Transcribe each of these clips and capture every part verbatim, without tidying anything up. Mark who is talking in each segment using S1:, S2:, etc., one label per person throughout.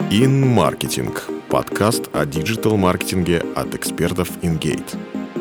S1: InMarketing – подкаст о диджитал-маркетинге от экспертов InGate.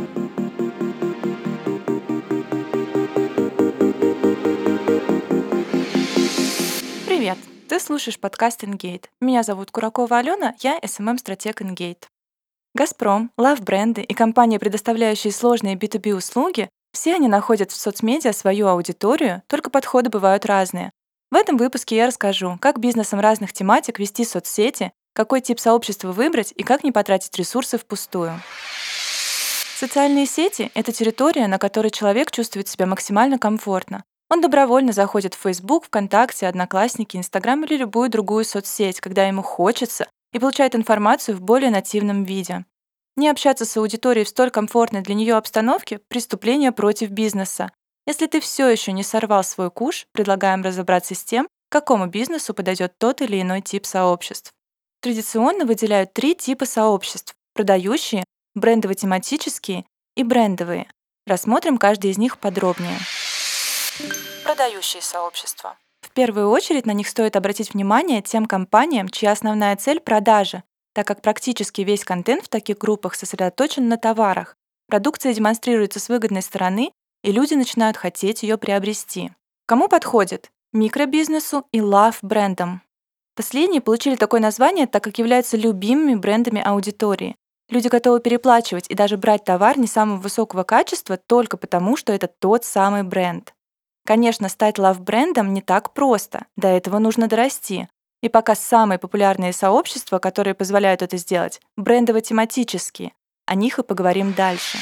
S2: Привет! Ты слушаешь подкаст InGate. Меня зовут Куракова Алена, я эс эм эм-стратег InGate. Газпром, лав-бренды и компании, предоставляющие сложные би ту би услуги, все они находят в соцмедиа свою аудиторию, только подходы бывают разные. В этом выпуске я расскажу, как бизнесам разных тематик вести соцсети, какой тип сообщества выбрать и как не потратить ресурсы впустую. Социальные сети — это территория, на которой человек чувствует себя максимально комфортно. Он добровольно заходит в Facebook, ВКонтакте, Одноклассники, Инстаграм или любую другую соцсеть, когда ему хочется, и получает информацию в более нативном виде. Не общаться с аудиторией в столь комфортной для нее обстановке — преступление против бизнеса. Если ты все еще не сорвал свой куш, предлагаем разобраться с тем, какому бизнесу подойдет тот или иной тип сообществ. Традиционно выделяют три типа сообществ — продающие, брендово-тематические и брендовые. Рассмотрим каждый из них подробнее. Продающие сообщества. В первую очередь на них стоит обратить внимание тем компаниям, чья основная цель — продажи, так как практически весь контент в таких группах сосредоточен на товарах. Продукция демонстрируется с выгодной стороны, и люди начинают хотеть ее приобрести. Кому подходит? Микробизнесу и лав-брендам. Последние получили такое название, так как являются любимыми брендами аудитории. Люди готовы переплачивать и даже брать товар не самого высокого качества только потому, что это тот самый бренд. Конечно, стать лав-брендом не так просто, до этого нужно дорасти. И пока самые популярные сообщества, которые позволяют это сделать, брендово-тематические. О них и поговорим дальше.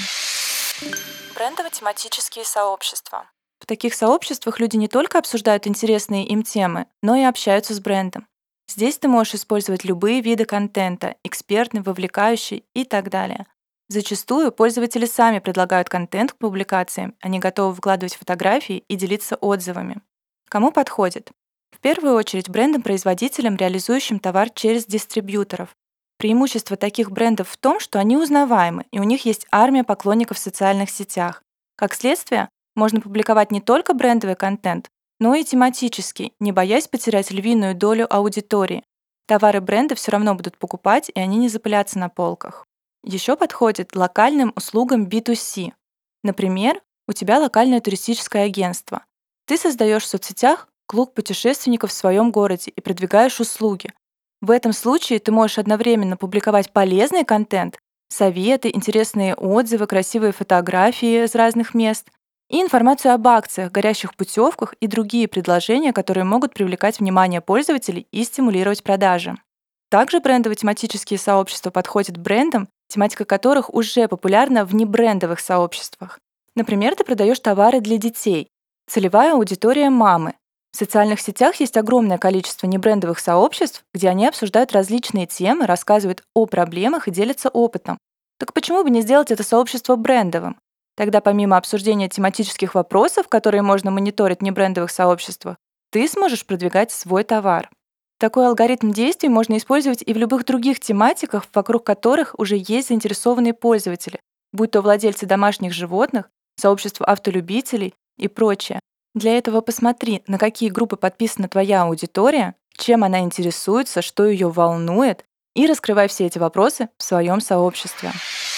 S2: Брендово-тематические сообщества. В таких сообществах люди не только обсуждают интересные им темы, но и общаются с брендом. Здесь ты можешь использовать любые виды контента — экспертный, вовлекающий и так далее. Зачастую пользователи сами предлагают контент к публикациям, они готовы вкладывать фотографии и делиться отзывами. Кому подходит? В первую очередь брендам-производителям, реализующим товар через дистрибьюторов. Преимущество таких брендов в том, что они узнаваемы, и у них есть армия поклонников в социальных сетях. Как следствие, можно публиковать не только брендовый контент, но и тематический, не боясь потерять львиную долю аудитории. Товары бренда все равно будут покупать, и они не запылятся на полках. Еще подходит локальным услугам би ту си. Например, у тебя локальное туристическое агентство. Ты создаешь в соцсетях клуб путешественников в своем городе и продвигаешь услуги. В этом случае ты можешь одновременно публиковать полезный контент, советы, интересные отзывы, красивые фотографии из разных мест и информацию об акциях, горящих путевках и другие предложения, которые могут привлекать внимание пользователей и стимулировать продажи. Также брендово-тематические сообщества подходят брендам, тематика которых уже популярна в небрендовых сообществах. Например, ты продаешь товары для детей. Целевая аудитория — мамы. В социальных сетях есть огромное количество небрендовых сообществ, где они обсуждают различные темы, рассказывают о проблемах и делятся опытом. Так почему бы не сделать это сообщество брендовым? Тогда помимо обсуждения тематических вопросов, которые можно мониторить в небрендовых сообществах, ты сможешь продвигать свой товар. Такой алгоритм действий можно использовать и в любых других тематиках, вокруг которых уже есть заинтересованные пользователи, будь то владельцы домашних животных, сообщество автолюбителей и прочее. Для этого посмотри, на какие группы подписана твоя аудитория, чем она интересуется, что ее волнует, и раскрывай все эти вопросы в своем сообществе.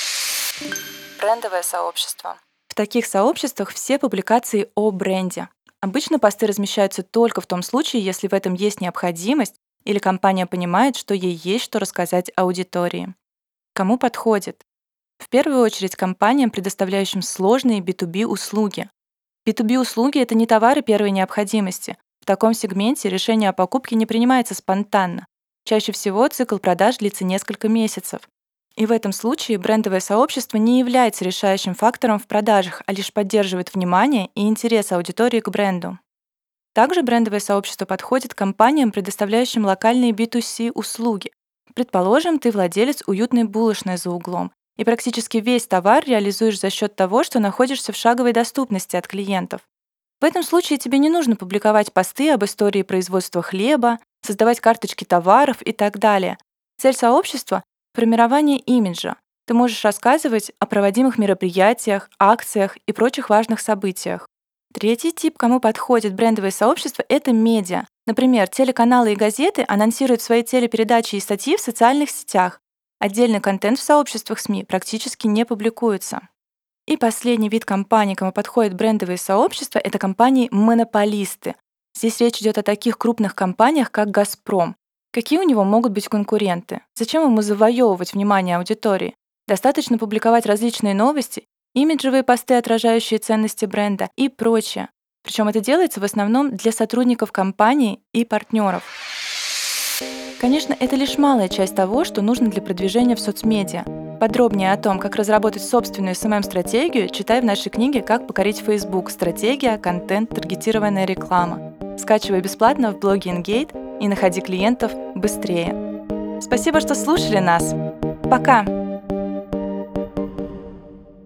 S2: Брендовое сообщество. В таких сообществах все публикации о бренде. Обычно посты размещаются только в том случае, если в этом есть необходимость или компания понимает, что ей есть что рассказать аудитории. Кому подходит? В первую очередь компаниям, предоставляющим сложные би ту би услуги. би ту би услуги — это не товары первой необходимости. В таком сегменте решение о покупке не принимается спонтанно. Чаще всего цикл продаж длится несколько месяцев. И в этом случае брендовое сообщество не является решающим фактором в продажах, а лишь поддерживает внимание и интерес аудитории к бренду. Также брендовое сообщество подходит компаниям, предоставляющим локальные би ту си услуги. Предположим, ты владелец уютной булочной за углом, и практически весь товар реализуешь за счет того, что находишься в шаговой доступности от клиентов. В этом случае тебе не нужно публиковать посты об истории производства хлеба, создавать карточки товаров и так далее. Цель сообщества — формирование имиджа. Ты можешь рассказывать о проводимых мероприятиях, акциях и прочих важных событиях. Третий тип, кому подходит брендовое сообщество, это медиа. Например, телеканалы и газеты анонсируют свои телепередачи и статьи в социальных сетях. Отдельный контент в сообществах СМИ практически не публикуется. И последний вид компаний, кому подходят брендовые сообщества, это компании-монополисты. Здесь речь идет о таких крупных компаниях, как «Газпром». Какие у него могут быть конкуренты? Зачем ему завоевывать внимание аудитории? Достаточно публиковать различные новости, имиджевые посты, отражающие ценности бренда и прочее. Причем это делается в основном для сотрудников компании и партнеров. Конечно, это лишь малая часть того, что нужно для продвижения в соцмедиа. Подробнее о том, как разработать собственную эс эм эм-стратегию, читай в нашей книге «Как покорить Facebook. Стратегия, контент, таргетированная реклама». Скачивай бесплатно в блоге Engate и находи клиентов быстрее. Спасибо, что слушали нас. Пока!